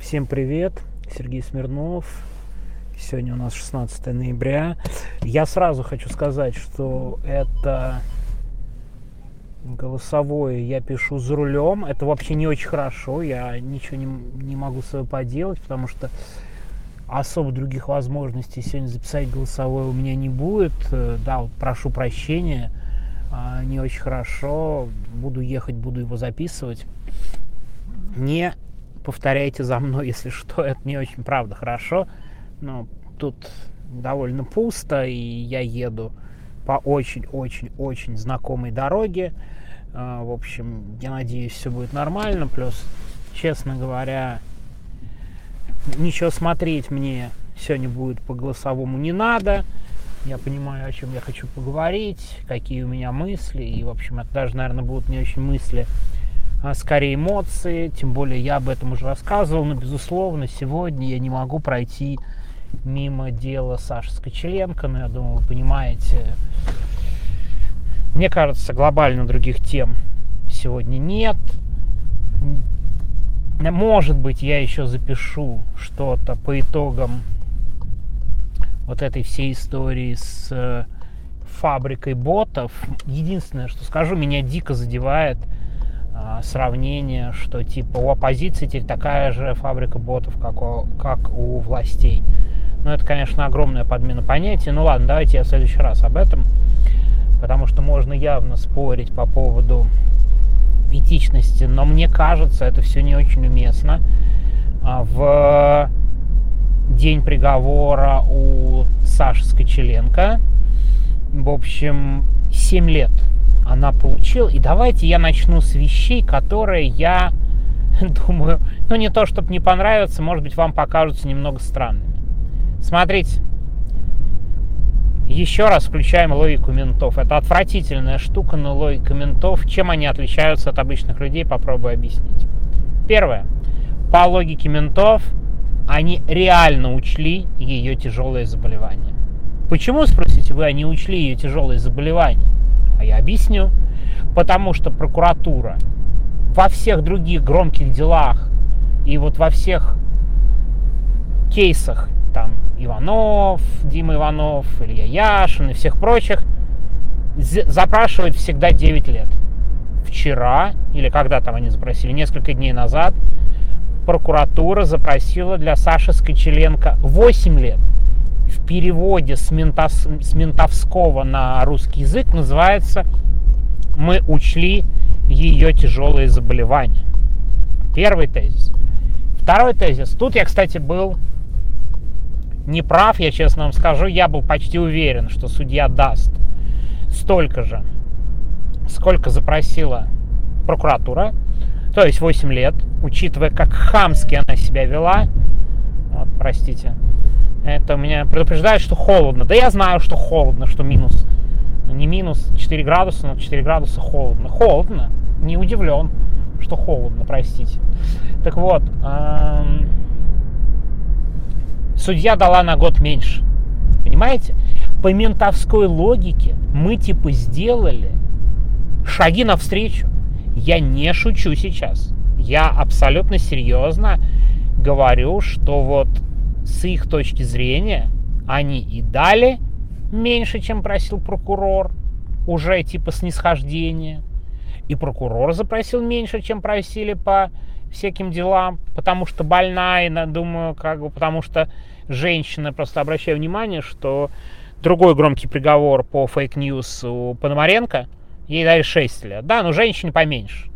Всем привет, Сергей Смирнов. Сегодня у нас 16 ноября. Я сразу хочу сказать, что это голосовое я пишу за рулем. Это вообще не очень хорошо. Я ничего не могу с собой поделать, потому что особо других возможностей сегодня записать голосовое у меня не будет. Да, вот прошу прощения. Не очень хорошо. Буду ехать, буду его записывать. Не повторяйте за мной, если что, это не очень, правда, хорошо. Но тут довольно пусто, и я еду по очень-очень-очень знакомой дороге. В общем, я надеюсь, все будет нормально. Плюс, честно говоря, ничего смотреть мне сегодня будет по голосовому не надо. Я понимаю, о чем я хочу поговорить, какие у меня мысли. И, в общем, это даже, наверное, будут не очень мысли, а скорее эмоции. Тем более я об этом уже рассказывал. Но, безусловно, сегодня я не могу пройти мимо дела Саши Скочеленко. Но я думаю, вы понимаете, мне кажется, глобально других тем сегодня нет. Может быть, я еще запишу что-то по итогам вот этой всей истории с фабрикой ботов. Единственное, что скажу, меня дико задевает сравнение, что типа у оппозиции теперь такая же фабрика ботов, как у властей. Ну, это, конечно, огромная подмена понятия. Ну ладно, давайте я в следующий раз об этом, потому что можно явно спорить по поводу этичности, но мне кажется, это все не очень уместно. В день приговора у Саши Скочеленко, в общем, 7 лет она получила. И давайте я начну с вещей, которые я думаю, ну не то чтобы не понравятся, может быть, вам покажутся немного странными. Смотрите, еще раз включаем логику ментов. Это отвратительная штука, но логика ментов. Чем они отличаются от обычных людей, попробую объяснить. Первое. По логике ментов, они реально учли ее тяжелое заболевание. Почему, спросите вы, они учли ее тяжелое заболевание? А я объясню. Потому что прокуратура во всех других громких делах и вот во всех кейсах, там Иванов, Дима Иванов, Илья Яшин и всех прочих, запрашивает всегда 9 лет. Вчера, или когда там они запросили, несколько дней назад, прокуратура запросила для Саши Скочеленко 8 лет. В переводе с ментовского на русский язык называется «Мы учли ее тяжелые заболевания». Первый тезис. Второй тезис. Тут я, кстати, был не прав, я честно вам скажу. Я был почти уверен, что судья даст столько же, сколько запросила прокуратура. То есть 8 лет, учитывая, как хамски она себя вела. Вот, простите. Это меня предупреждает, что холодно. Да я знаю, что холодно, что минус. Не минус 4 градуса, но 4 градуса холодно. Холодно. Не удивлен, что холодно, простите. Так вот, судья дала на год меньше. Понимаете? По ментовской логике мы типа сделали шаги навстречу. Я не шучу сейчас. Я абсолютно серьезно говорю, что вот с их точки зрения они и дали меньше, чем просил прокурор, уже типа снисхождение. И прокурор запросил меньше, чем просили по всяким делам, потому что больная, думаю, потому что женщина, просто обращаю внимание, что другой громкий приговор по фейк-ньюс у Пономаренко, ей дали 6 лет. Да, но женщине поменьше.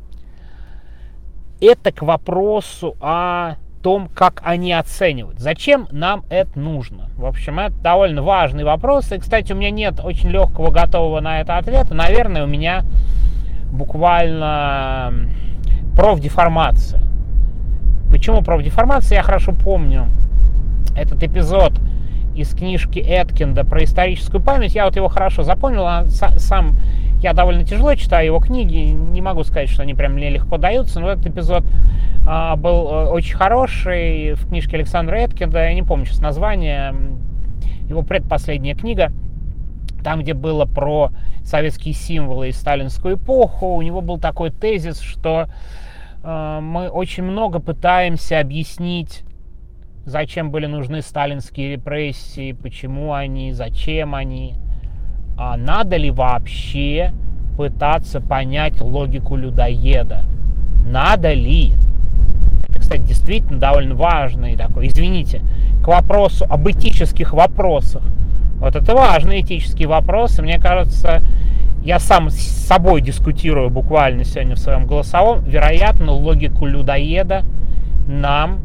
Это к вопросу о том, как они оценивают. Зачем нам это нужно? В общем, это довольно важный вопрос. И, кстати, у меня нет очень легкого, готового на это ответа. Наверное, у меня буквально профдеформация. Почему профдеформация? Я хорошо помню этот эпизод из книжки Эткинда про историческую память. Я вот его хорошо запомнил. Сам я довольно тяжело читаю его книги. Не могу сказать, что они прям мне легко даются. Но этот эпизод был очень хороший в книжке Александра Эткинда. Я не помню сейчас название. Его предпоследняя книга. Там, где было про советские символы и сталинскую эпоху. У него был такой тезис, что Мы очень много пытаемся объяснить, зачем были нужны сталинские репрессии, почему они, зачем они. А надо ли вообще пытаться понять логику людоеда? Надо ли? Это, кстати, действительно довольно важный такой, извините, к вопросу об этических вопросах. Вот это важные этические вопросы. Мне кажется, я сам с собой дискутирую буквально сегодня в своем голосовом. Вероятно, логику людоеда нам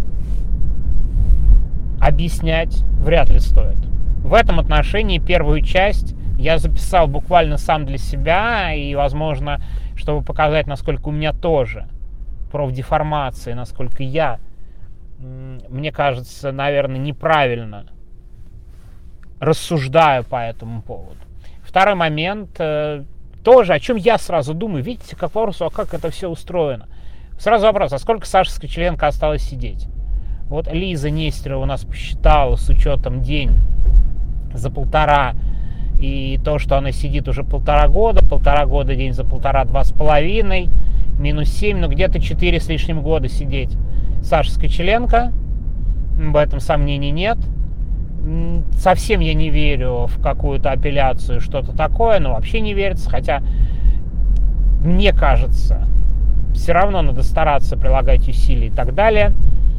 объяснять вряд ли стоит. В этом отношении первую часть я записал буквально сам для себя, и, возможно, чтобы показать, насколько у меня тоже профдеформация, насколько я, мне кажется, наверное, неправильно рассуждаю по этому поводу. Второй момент, тоже, о чем я сразу думаю, видите, как вопрос, а как это все устроено. Сразу вопрос, а сколько Саши Скочеленко осталось сидеть? Вот Лиза Нестерова у нас посчитала с учетом день за 1,5, и то, что она сидит уже 1,5 года, день за 1,5, 2,5, минус 7, ну где-то 4 с лишним года сидеть. Саша Скочеленко, в этом сомнений нет. Совсем я не верю в какую-то апелляцию, что-то такое, но вообще не верится, хотя мне кажется, все равно надо стараться прилагать усилия и так далее.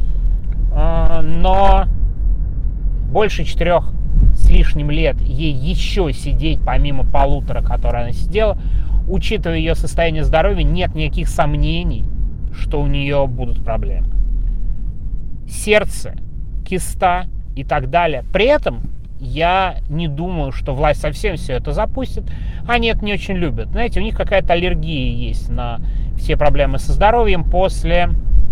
Но больше 4 с лишним лет ей еще сидеть, помимо 1,5, которые она сидела, учитывая ее состояние здоровья, нет никаких сомнений, что у нее будут проблемы. Сердце, киста и так далее. При этом я не думаю, что власть совсем все это запустит. Они это не очень любят. Знаете, у них какая-то аллергия есть на все проблемы со здоровьем после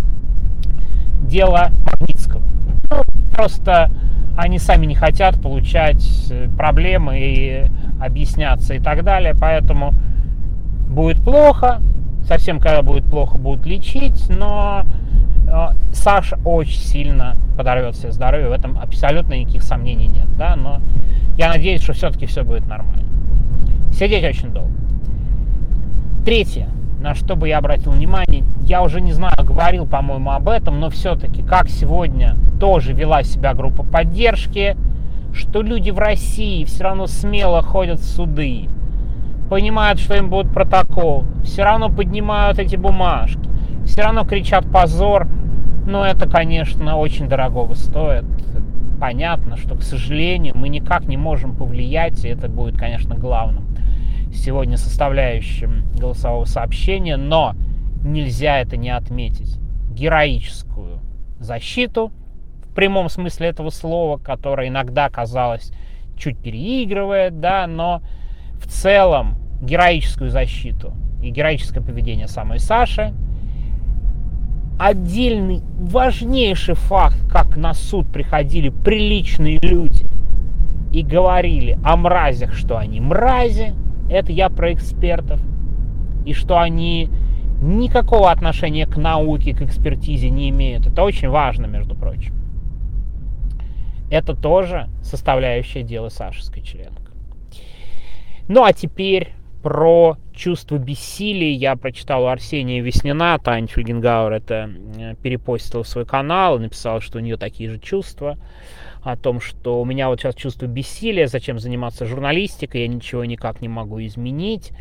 дела Магнитского. Ну, просто они сами не хотят получать проблемы и объясняться и так далее. Поэтому будет плохо. Совсем когда будет плохо, будут лечить. Но Саша очень сильно подорвет себе здоровье. В этом абсолютно никаких сомнений нет. Да? Но я надеюсь, что все-таки все будет нормально. Сидеть очень долго. Третье, на что бы я обратил внимание, я уже не знаю, говорил, по-моему, об этом, но все-таки, как сегодня тоже вела себя группа поддержки, что люди в России все равно смело ходят в суды, понимают, что им будет протокол, все равно поднимают эти бумажки, все равно кричат позор, но это, конечно, очень дорогого стоит. Понятно, что, к сожалению, мы никак не можем повлиять, и это будет, конечно, главным сегодня составляющим голосового сообщения, но нельзя это не отметить. Героическую защиту, в прямом смысле этого слова, которая иногда, казалось, чуть переигрывает, да, но в целом героическую защиту и героическое поведение самой Саши. Отдельный важнейший факт, как на суд приходили приличные люди и говорили о мразях, что они мрази, это я про экспертов, и что они никакого отношения к науке, к экспертизе не имеют. Это очень важно, между прочим. Это тоже составляющая дела Саши Скочеленко. Ну а теперь про чувство бессилия. Я прочитал у Арсения Веснина, Таня Фельгенгауэр это перепостила в свой канал и написала, что у нее такие же чувства. О том, что у меня вот сейчас чувство бессилия, зачем заниматься журналистикой, я ничего никак не могу изменить.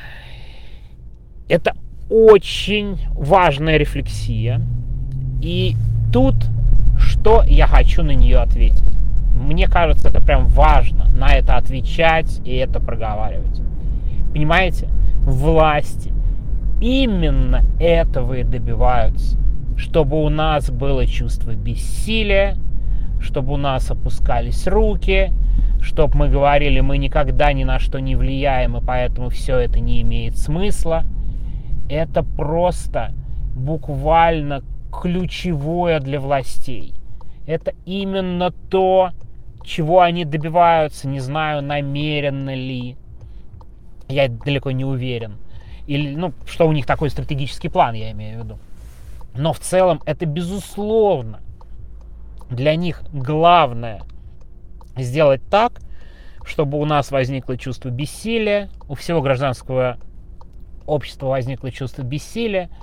Это очень важная рефлексия. И тут, что я хочу на нее ответить. Мне кажется, это прям важно на это отвечать и это проговаривать. Понимаете? Власти именно этого и добиваются. Чтобы у нас было чувство бессилия, чтобы у нас опускались руки, чтобы мы говорили, мы никогда ни на что не влияем, и поэтому все это не имеет смысла. Это просто буквально ключевое для властей. Это именно то, чего они добиваются, не знаю, намеренно ли. Я далеко не уверен. Или, что у них такой стратегический план, я имею в виду. Но в целом это безусловно для них главное сделать так, чтобы у нас возникло чувство бессилия, у всего гражданского общества возникло чувство бессилия,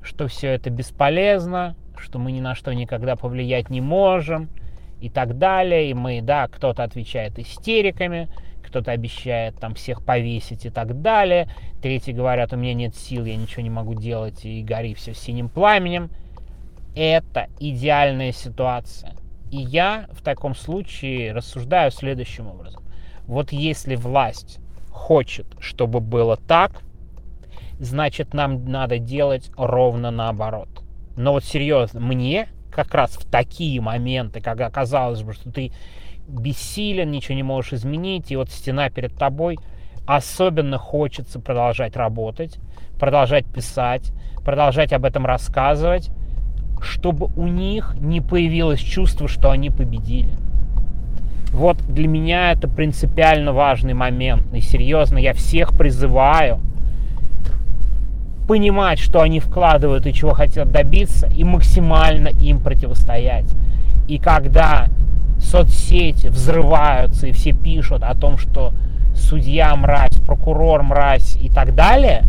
что все это бесполезно, что мы ни на что никогда повлиять не можем и так далее. И мы, да, кто-то отвечает истериками, кто-то обещает там всех повесить и так далее. Третьи говорят, у меня нет сил, я ничего не могу делать, и гори все синим пламенем. Это идеальная ситуация. И я в таком случае рассуждаю следующим образом. Вот если власть хочет, чтобы было так, значит, нам надо делать ровно наоборот. Но вот серьезно, мне как раз в такие моменты, когда казалось бы, что ты бессилен, ничего не можешь изменить, и вот стена перед тобой, особенно хочется продолжать работать, продолжать писать, продолжать об этом рассказывать, чтобы у них не появилось чувство, что они победили. Вот для меня это принципиально важный момент. И серьезно, я всех призываю понимать, что они вкладывают и чего хотят добиться, и максимально им противостоять. И когда соцсети взрываются, и все пишут о том, что судья мразь, прокурор мразь и так далее,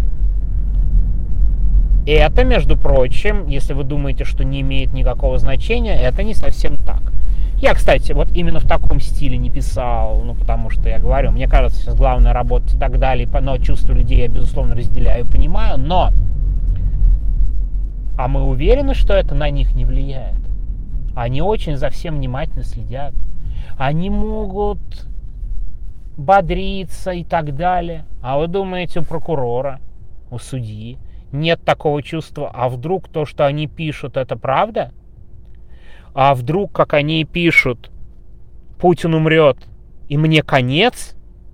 это, между прочим, если вы думаете, что не имеет никакого значения, это не совсем так. Я, кстати, вот именно в таком стиле не писал, потому что я говорю, мне кажется, сейчас главное работать и так далее, но чувства людей я, безусловно, разделяю и понимаю, но а мы уверены, что это на них не влияет? Они очень за всем внимательно следят. Они могут бодриться и так далее. А вы думаете, у прокурора, у судьи нет такого чувства? А вдруг то, что они пишут, это правда? А вдруг, как они пишут, Путин умрет и мне конец?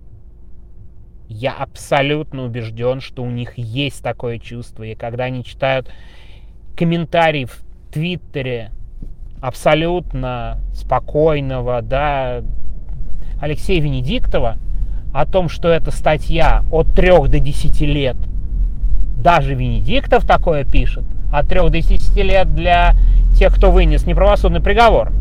Я абсолютно убежден, что у них есть такое чувство. И когда они читают комментарии в Твиттере абсолютно спокойного, да, Алексея Венедиктова о том, что эта статья от 3 до 10 лет, даже Венедиктов такое пишет, от 3 до 10 лет для тех, кто вынес неправосудный приговор.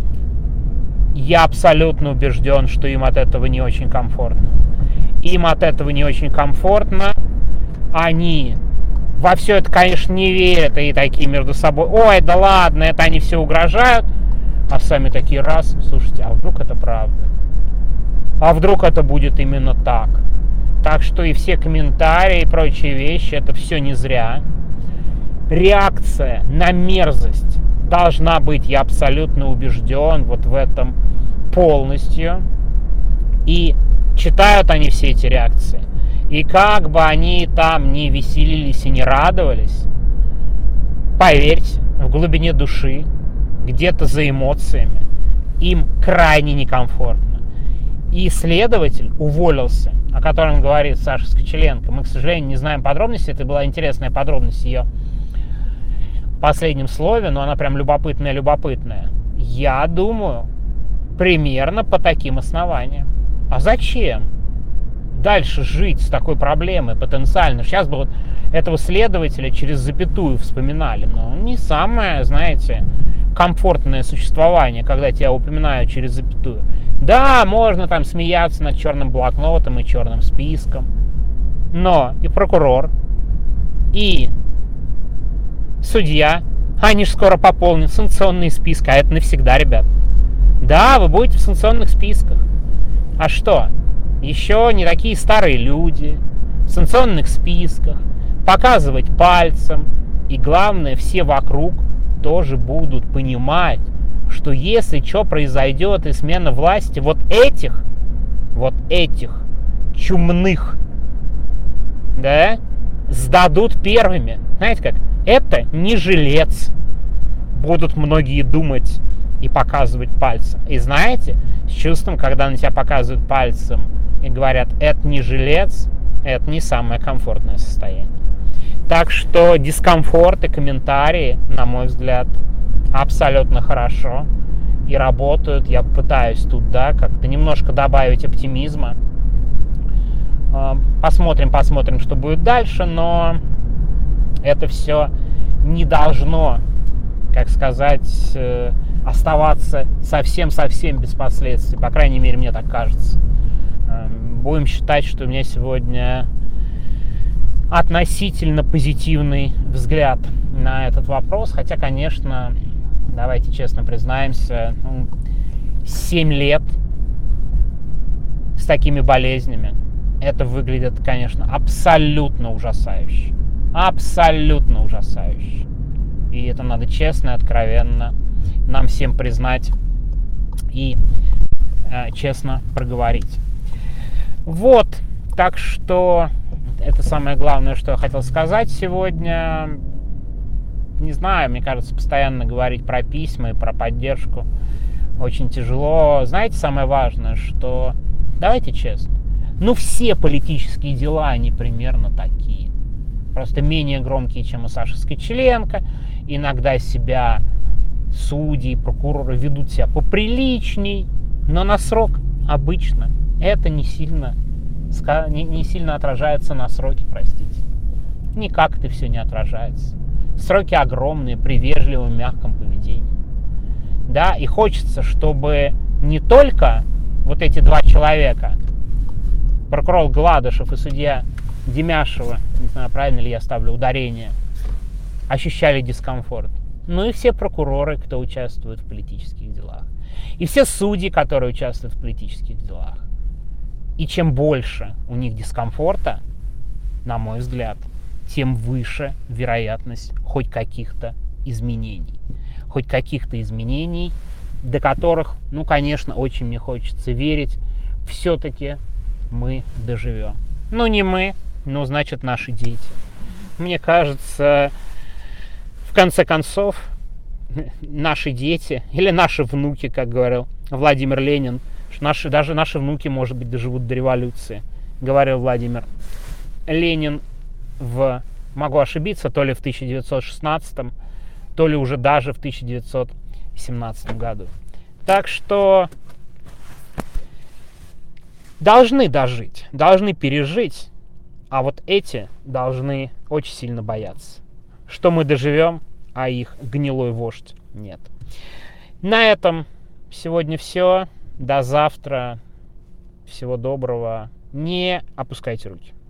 Я абсолютно убежден, что им от этого не очень комфортно. Им от этого не очень комфортно. Они во все это, конечно, не верят и такие между собой: ой, да ладно, это они все угрожают. А сами такие: раз, слушайте, а вдруг это правда? А вдруг это будет именно так? Так что и все комментарии и прочие вещи, это все не зря. Реакция на мерзость должна быть, я абсолютно убежден вот в этом полностью. И читают они все эти реакции. И как бы они там не веселились и не радовались, поверьте, в глубине души, где-то за эмоциями, им крайне некомфортно. И следователь уволился, о котором говорит Саша Скочеленко. Мы, к сожалению, не знаем подробностей. Это была интересная подробность ее в последнем слове, но она прям любопытная. Я думаю, примерно по таким основаниям. А зачем дальше жить с такой проблемой потенциально? Сейчас бы вот этого следователя через запятую вспоминали. Но не самое, знаете, комфортное существование, когда тебя упоминают через запятую. Да, можно там смеяться над черным блокнотом и черным списком, но и прокурор, и судья, они же скоро пополнят санкционные списки, а это навсегда, ребят. Да, вы будете в санкционных списках. А что? Еще не такие старые люди в санкционных списках, показывать пальцем. И главное, все вокруг тоже будут понимать, что если что произойдет и смена власти, вот этих чумных, да, сдадут первыми. Знаете как? Это не жилец, будут многие думать и показывать пальцем. И знаете, с чувством, когда на тебя показывают пальцем и говорят: это не жилец, это не самое комфортное состояние. Так что дискомфорт и комментарии, на мой взгляд, абсолютно хорошо и работают. Я пытаюсь тут, да, как-то немножко добавить оптимизма. Посмотрим, что будет дальше, но это все не должно, как сказать, оставаться совсем без последствий. По крайней мере, мне так кажется. Будем считать, что у меня сегодня относительно позитивный взгляд на этот вопрос. Хотя, конечно, давайте честно признаемся, 7 лет с такими болезнями, это выглядит, конечно, абсолютно ужасающе. Абсолютно ужасающе. И это надо честно и откровенно нам всем признать и честно проговорить. Вот, так что это самое главное, что я хотел сказать сегодня. Не знаю, мне кажется, постоянно говорить про письма и про поддержку очень тяжело. Знаете, самое важное, что, давайте честно, все политические дела, они примерно такие. Просто менее громкие, чем у Саши Скочеленко. Иногда себя судьи, прокуроры ведут себя поприличней, но на срок обычно это не сильно отражается на сроке, простите. Никак это все не отражается. Сроки огромные при вежливом, мягком поведении. Да, и хочется, чтобы не только вот эти два человека, прокурор Гладышев и судья Демяшева, не знаю, правильно ли я ставлю ударение, ощущали дискомфорт, но и все прокуроры, кто участвует в политических делах. И все судьи, которые участвуют в политических делах. И чем больше у них дискомфорта, на мой взгляд, тем выше вероятность хоть каких-то изменений. Хоть каких-то изменений, до которых, конечно, очень мне хочется верить, все-таки мы доживем. Не мы, но значит наши дети. Мне кажется, в конце концов, наши дети или наши внуки, как говорил Владимир Ленин, что даже наши внуки, может быть, доживут до революции, говорил Владимир Ленин могу ошибиться, то ли в 1916, то ли уже даже в 1917 году. Так что должны дожить, должны пережить, а вот эти должны очень сильно бояться, что мы доживем, а их гнилой вождь нет. На этом сегодня все. До завтра. Всего доброго. Не опускайте руки.